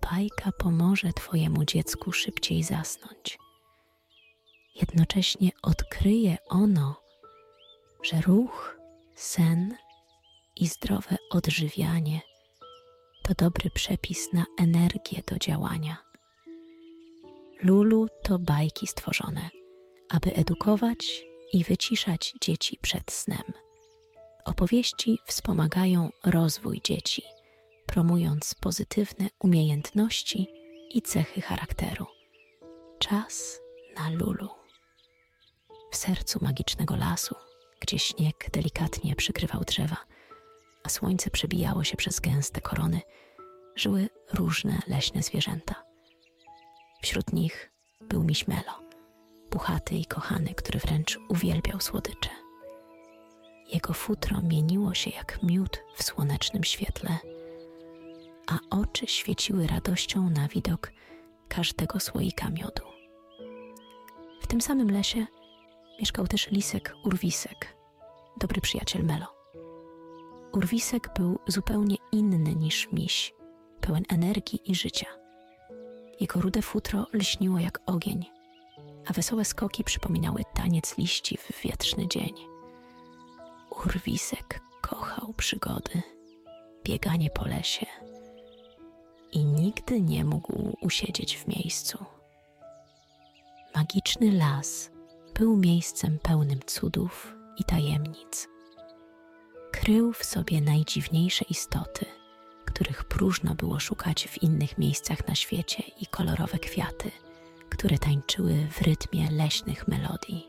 bajka pomoże twojemu dziecku szybciej zasnąć. Jednocześnie odkryje ono, że ruch, sen i zdrowe odżywianie to dobry przepis na energię do działania. Lulu to bajki stworzone, aby edukować i wyciszać dzieci przed snem. Opowieści wspomagają rozwój dzieci, promując pozytywne umiejętności i cechy charakteru. Czas na Lulu. W sercu magicznego lasu, gdzie śnieg delikatnie przykrywał drzewa, a słońce przebijało się przez gęste korony, żyły różne leśne zwierzęta. Wśród nich był miś Melo, puchaty i kochany, który wręcz uwielbiał słodycze. Jego futro mieniło się jak miód w słonecznym świetle, a oczy świeciły radością na widok każdego słoika miodu. W tym samym lesie mieszkał też lisek Urwisek, dobry przyjaciel Melo. Urwisek był zupełnie inny niż miś, pełen energii i życia. Jego rude futro lśniło jak ogień, a wesołe skoki przypominały taniec liści w wietrzny dzień. Urwisek kochał przygody, bieganie po lesie i nigdy nie mógł usiedzieć w miejscu. Magiczny las był miejscem pełnym cudów i tajemnic. Krył w sobie najdziwniejsze istoty, których próżno było szukać w innych miejscach na świecie, i kolorowe kwiaty, które tańczyły w rytmie leśnych melodii.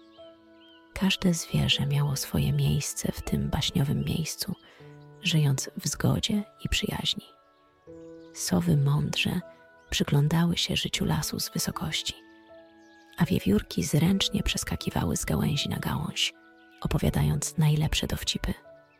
Każde zwierzę miało swoje miejsce w tym baśniowym miejscu, żyjąc w zgodzie i przyjaźni. Sowy mądrze przyglądały się życiu lasu z wysokości, a wiewiórki zręcznie przeskakiwały z gałęzi na gałąź, opowiadając najlepsze dowcipy.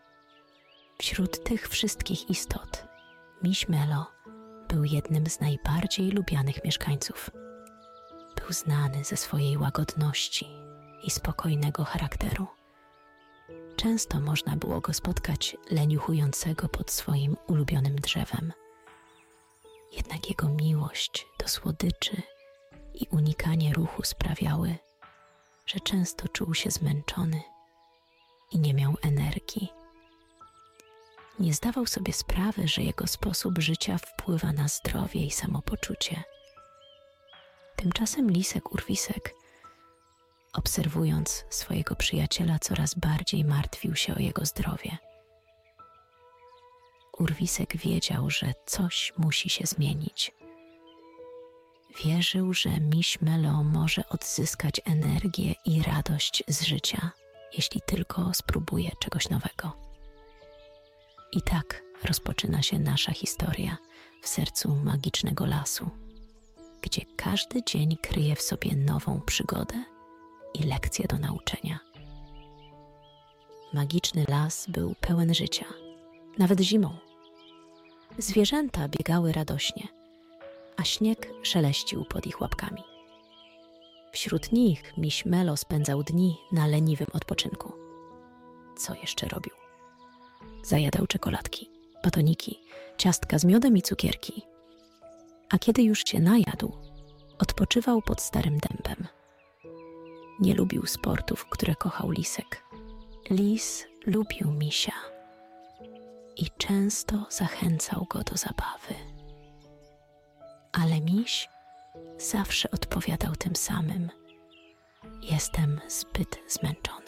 Wśród tych wszystkich istot miś Melo był jednym z najbardziej lubianych mieszkańców. Był znany ze swojej łagodności i spokojnego charakteru. Często można było go spotkać leniuchującego pod swoim ulubionym drzewem. Jednak jego miłość do słodyczy i unikanie ruchu sprawiały, że często czuł się zmęczony i nie miał energii. Nie zdawał sobie sprawy, że jego sposób życia wpływa na zdrowie i samopoczucie. Tymczasem lisek Urwisek, obserwując swojego przyjaciela, coraz bardziej martwił się o jego zdrowie. Urwisek wiedział, że coś musi się zmienić. Wierzył, że miś Melo może odzyskać energię i radość z życia, jeśli tylko spróbuje czegoś nowego. I tak rozpoczyna się nasza historia w sercu magicznego lasu, gdzie każdy dzień kryje w sobie nową przygodę i lekcje do nauczenia. Magiczny las był pełen życia, nawet zimą. Zwierzęta biegały radośnie, a śnieg szeleścił pod ich łapkami. Wśród nich miś Melo spędzał dni na leniwym odpoczynku. Co jeszcze robił? Zajadał czekoladki, batoniki, ciastka z miodem i cukierki. A kiedy już się najadł, odpoczywał pod starym dębem. Nie lubił sportów, które kochał lisek. Lis lubił misia i często zachęcał go do zabawy. Ale miś zawsze odpowiadał tym samym: jestem zbyt zmęczony.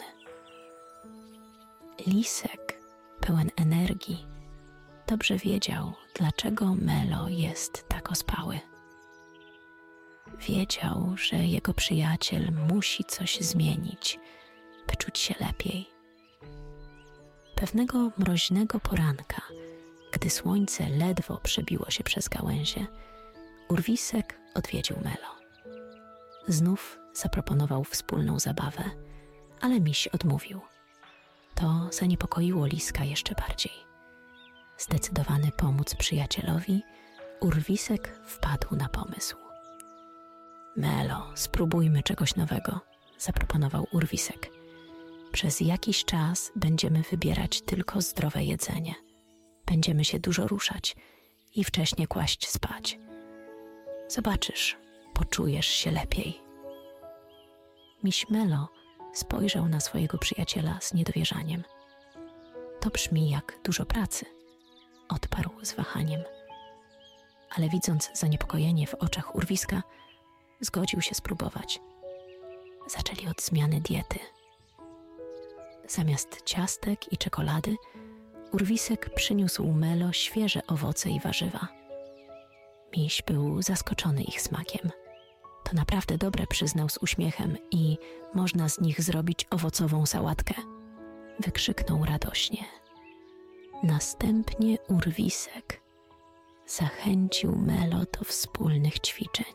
Lisek, pełen energii, dobrze wiedział, dlaczego Melo jest tak ospały. Wiedział, że jego przyjaciel musi coś zmienić, by czuć się lepiej. Pewnego mroźnego poranka, gdy słońce ledwo przebiło się przez gałęzie, Urwisek odwiedził Melo. Znów zaproponował wspólną zabawę, ale miś odmówił. To zaniepokoiło liska jeszcze bardziej. Zdecydowany pomóc przyjacielowi, Urwisek wpadł na pomysł. Melo, spróbujmy czegoś nowego, zaproponował Urwisek. Przez jakiś czas będziemy wybierać tylko zdrowe jedzenie. Będziemy się dużo ruszać i wcześnie kłaść spać. Zobaczysz, poczujesz się lepiej. Miś Melo spojrzał na swojego przyjaciela z niedowierzaniem. To brzmi jak dużo pracy, odparł z wahaniem. Ale widząc zaniepokojenie w oczach urwiska, zgodził się spróbować. Zaczęli od zmiany diety. Zamiast ciastek i czekolady, urwisek przyniósł Melo świeże owoce i warzywa. Miś był zaskoczony ich smakiem. To naprawdę dobre, przyznał z uśmiechem, i można z nich zrobić owocową sałatkę. Wykrzyknął radośnie. Następnie urwisek zachęcił Melo do wspólnych ćwiczeń.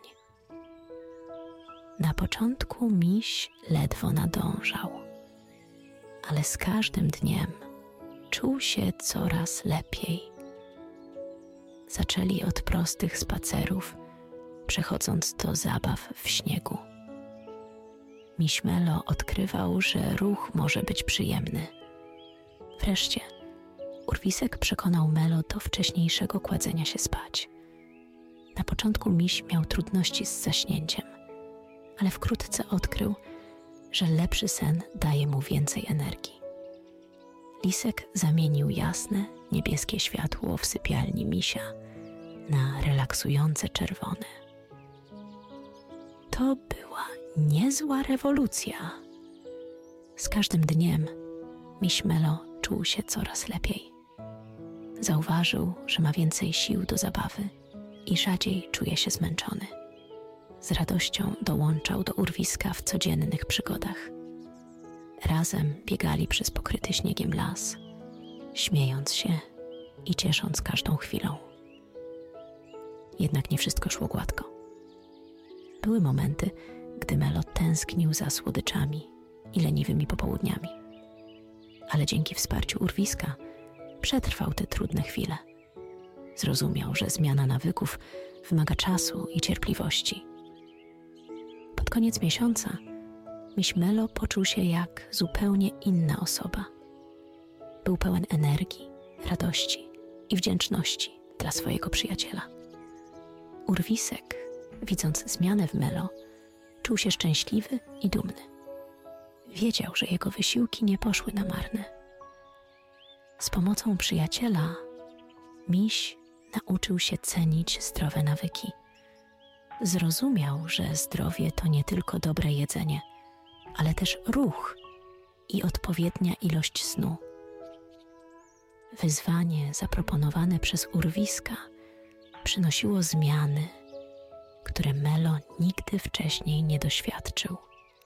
Na początku miś ledwo nadążał, ale z każdym dniem czuł się coraz lepiej. Zaczęli od prostych spacerów, przechodząc do zabaw w śniegu. Miś Melo odkrywał, że ruch może być przyjemny. Wreszcie urwisek przekonał Melo do wcześniejszego kładzenia się spać. Na początku miś miał trudności z zaśnięciem, ale wkrótce odkrył, że lepszy sen daje mu więcej energii. Lisek zamienił jasne, niebieskie światło w sypialni misia na relaksujące czerwone. To była niezła rewolucja. Z każdym dniem miś Melo czuł się coraz lepiej. Zauważył, że ma więcej sił do zabawy i rzadziej czuje się zmęczony. Z radością dołączał do urwiska w codziennych przygodach. Razem biegali przez pokryty śniegiem las, śmiejąc się i ciesząc każdą chwilą. Jednak nie wszystko szło gładko. Były momenty, gdy Melo tęsknił za słodyczami i leniwymi popołudniami. Ale dzięki wsparciu urwiska przetrwał te trudne chwile. Zrozumiał, że zmiana nawyków wymaga czasu i cierpliwości. Pod koniec miesiąca miś Melo poczuł się jak zupełnie inna osoba. Był pełen energii, radości i wdzięczności dla swojego przyjaciela. Urwisek, widząc zmianę w Melo, czuł się szczęśliwy i dumny. Wiedział, że jego wysiłki nie poszły na marne. Z pomocą przyjaciela miś nauczył się cenić zdrowe nawyki. Zrozumiał, że zdrowie to nie tylko dobre jedzenie, ale też ruch i odpowiednia ilość snu. Wyzwanie zaproponowane przez urwiska przynosiło zmiany, które Melo nigdy wcześniej nie doświadczył.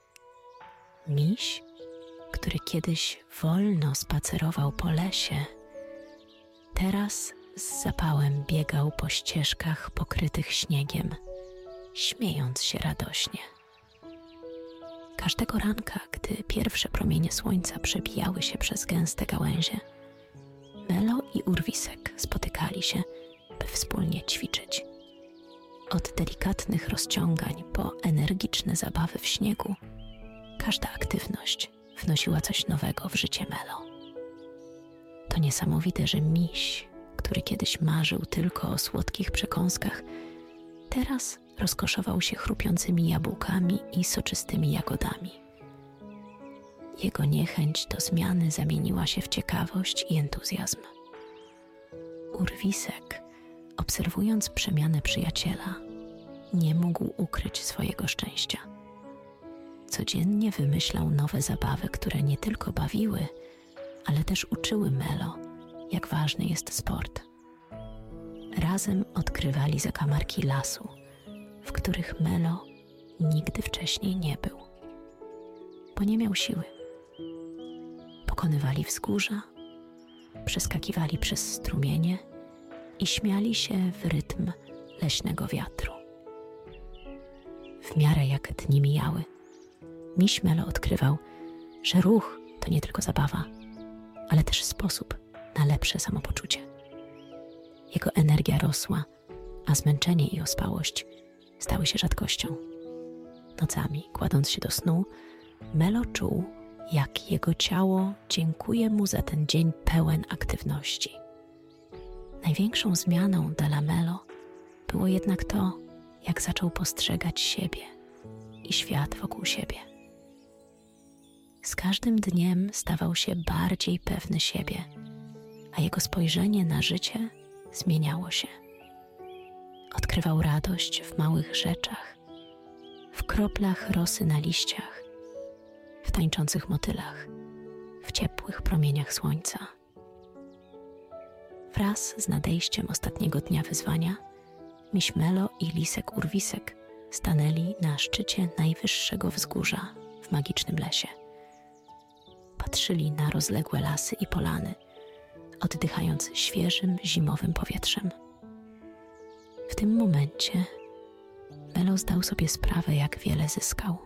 Miś, który kiedyś wolno spacerował po lesie, teraz z zapałem biegał po ścieżkach pokrytych śniegiem, śmiejąc się radośnie. Każdego ranka, gdy pierwsze promienie słońca przebijały się przez gęste gałęzie, Melo i urwisek spotykali się, by wspólnie ćwiczyć. Od delikatnych rozciągań po energiczne zabawy w śniegu, każda aktywność wnosiła coś nowego w życie Melo. To niesamowite, że miś, który kiedyś marzył tylko o słodkich przekąskach, teraz rozkoszował się chrupiącymi jabłkami i soczystymi jagodami. Jego niechęć do zmiany zamieniła się w ciekawość i entuzjazm. Urwisek, obserwując przemianę przyjaciela, nie mógł ukryć swojego szczęścia. Codziennie wymyślał nowe zabawy, które nie tylko bawiły, ale też uczyły Melo, jak ważny jest sport. Razem odkrywali zakamarki lasu, w których Melo nigdy wcześniej nie był, bo nie miał siły. Pokonywali wzgórza, przeskakiwali przez strumienie i śmiali się w rytm leśnego wiatru. W miarę jak dni mijały, miś Melo odkrywał, że ruch to nie tylko zabawa, ale też sposób na lepsze samopoczucie. Jego energia rosła, a zmęczenie i ospałość stały się rzadkością. Nocami, kładąc się do snu, Melo czuł, jak jego ciało dziękuje mu za ten dzień pełen aktywności. Największą zmianą dla Melo było jednak to, jak zaczął postrzegać siebie i świat wokół siebie. Z każdym dniem stawał się bardziej pewny siebie, a jego spojrzenie na życie zmieniało się. Odkrywał radość w małych rzeczach, w kroplach rosy na liściach, w tańczących motylach, w ciepłych promieniach słońca. Wraz z nadejściem ostatniego dnia wyzwania miś Melo i lisek Urwisek stanęli na szczycie najwyższego wzgórza w magicznym lesie. Patrzyli na rozległe lasy i polany, oddychając świeżym, zimowym powietrzem. W tym momencie Melo zdał sobie sprawę, jak wiele zyskał.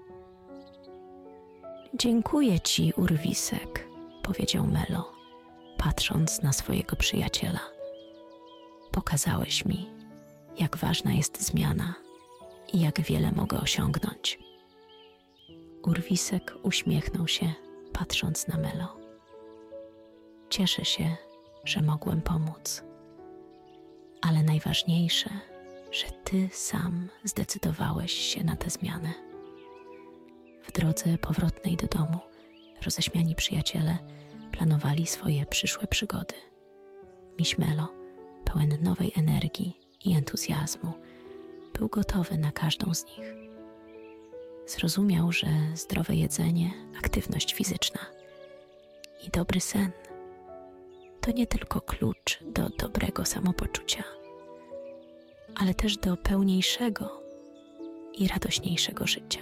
Dziękuję ci, Urwisek, powiedział Melo, patrząc na swojego przyjaciela. Pokazałeś mi, jak ważna jest zmiana i jak wiele mogę osiągnąć. Urwisek uśmiechnął się, patrząc na Melo. Cieszę się, że mogłem pomóc. Ale najważniejsze, że ty sam zdecydowałeś się na tę zmianę. W drodze powrotnej do domu roześmiani przyjaciele planowali swoje przyszłe przygody. Miś Melo, pełen nowej energii i entuzjazmu, był gotowy na każdą z nich. Zrozumiał, że zdrowe jedzenie, aktywność fizyczna i dobry sen to nie tylko klucz do dobrego samopoczucia, ale też do pełniejszego i radośniejszego życia.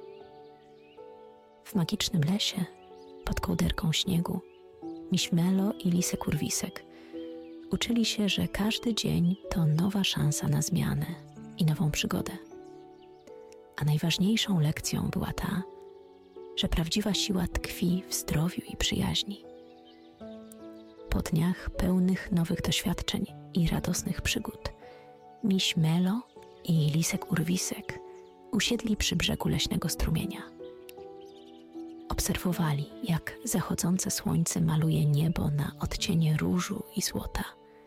W magicznym lesie, pod kołderką śniegu, miś Melo i lisek Urwisek uczyli się, że każdy dzień to nowa szansa na zmianę i nową przygodę. A najważniejszą lekcją była ta, że prawdziwa siła tkwi w zdrowiu i przyjaźni. Po dniach pełnych nowych doświadczeń i radosnych przygód, miś Melo i lisek Urwisek usiedli przy brzegu leśnego strumienia. Obserwowali, jak zachodzące słońce maluje niebo na odcienie różu i złota.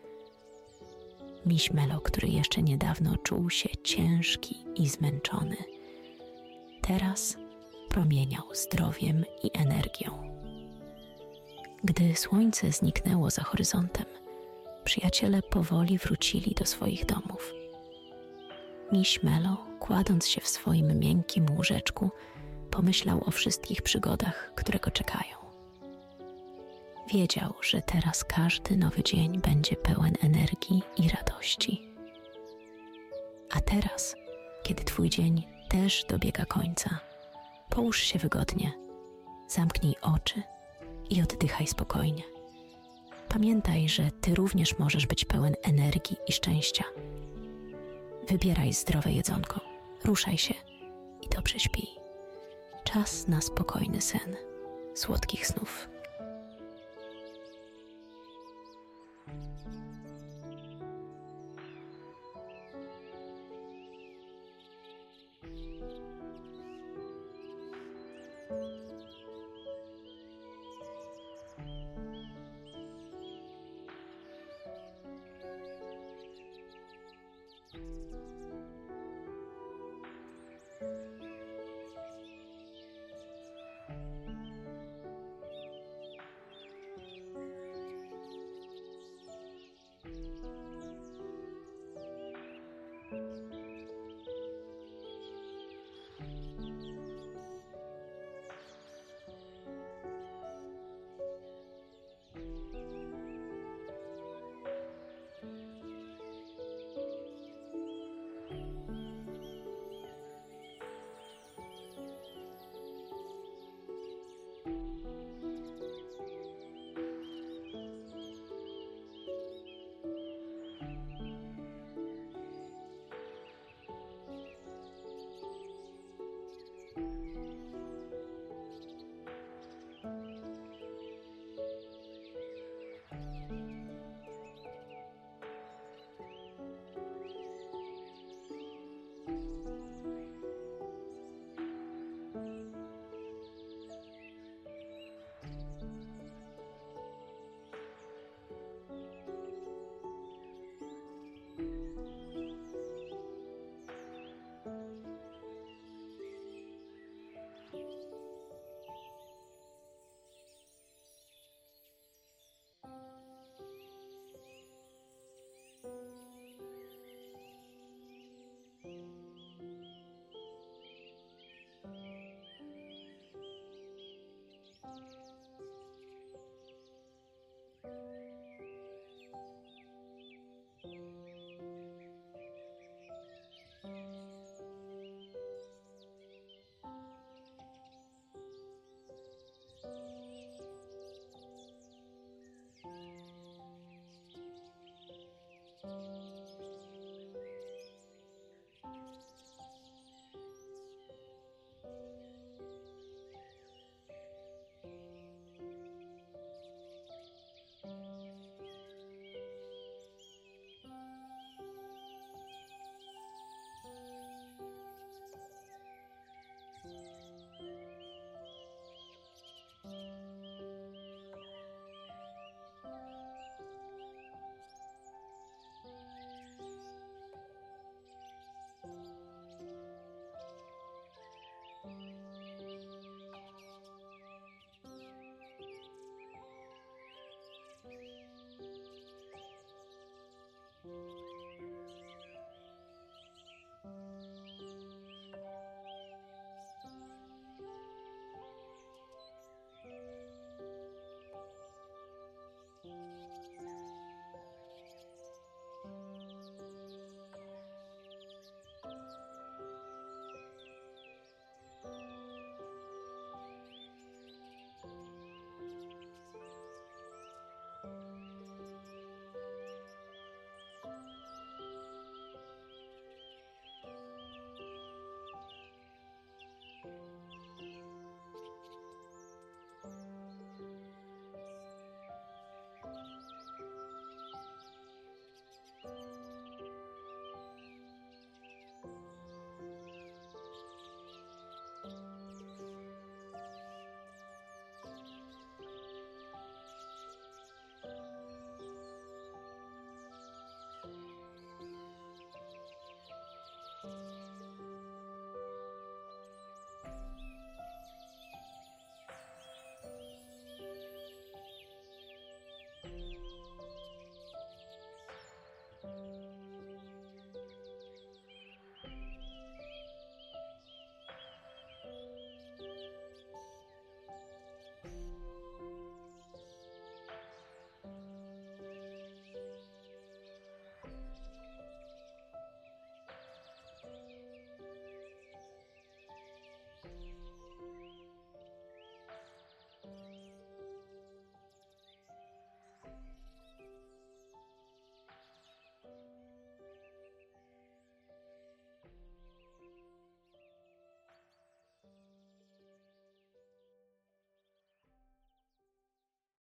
Miś Melo, który jeszcze niedawno czuł się ciężki i zmęczony, teraz promieniał zdrowiem i energią. Gdy słońce zniknęło za horyzontem, przyjaciele powoli wrócili do swoich domów. Miś Melo, kładąc się w swoim miękkim łóżeczku, pomyślał o wszystkich przygodach, które go czekają. Wiedział, że teraz każdy nowy dzień będzie pełen energii i radości. A teraz, kiedy twój dzień też dobiega końca, połóż się wygodnie, zamknij oczy i oddychaj spokojnie. Pamiętaj, że ty również możesz być pełen energii i szczęścia. Wybieraj zdrowe jedzonko, ruszaj się i dobrze śpij. Czas na spokojny sen, słodkich snów.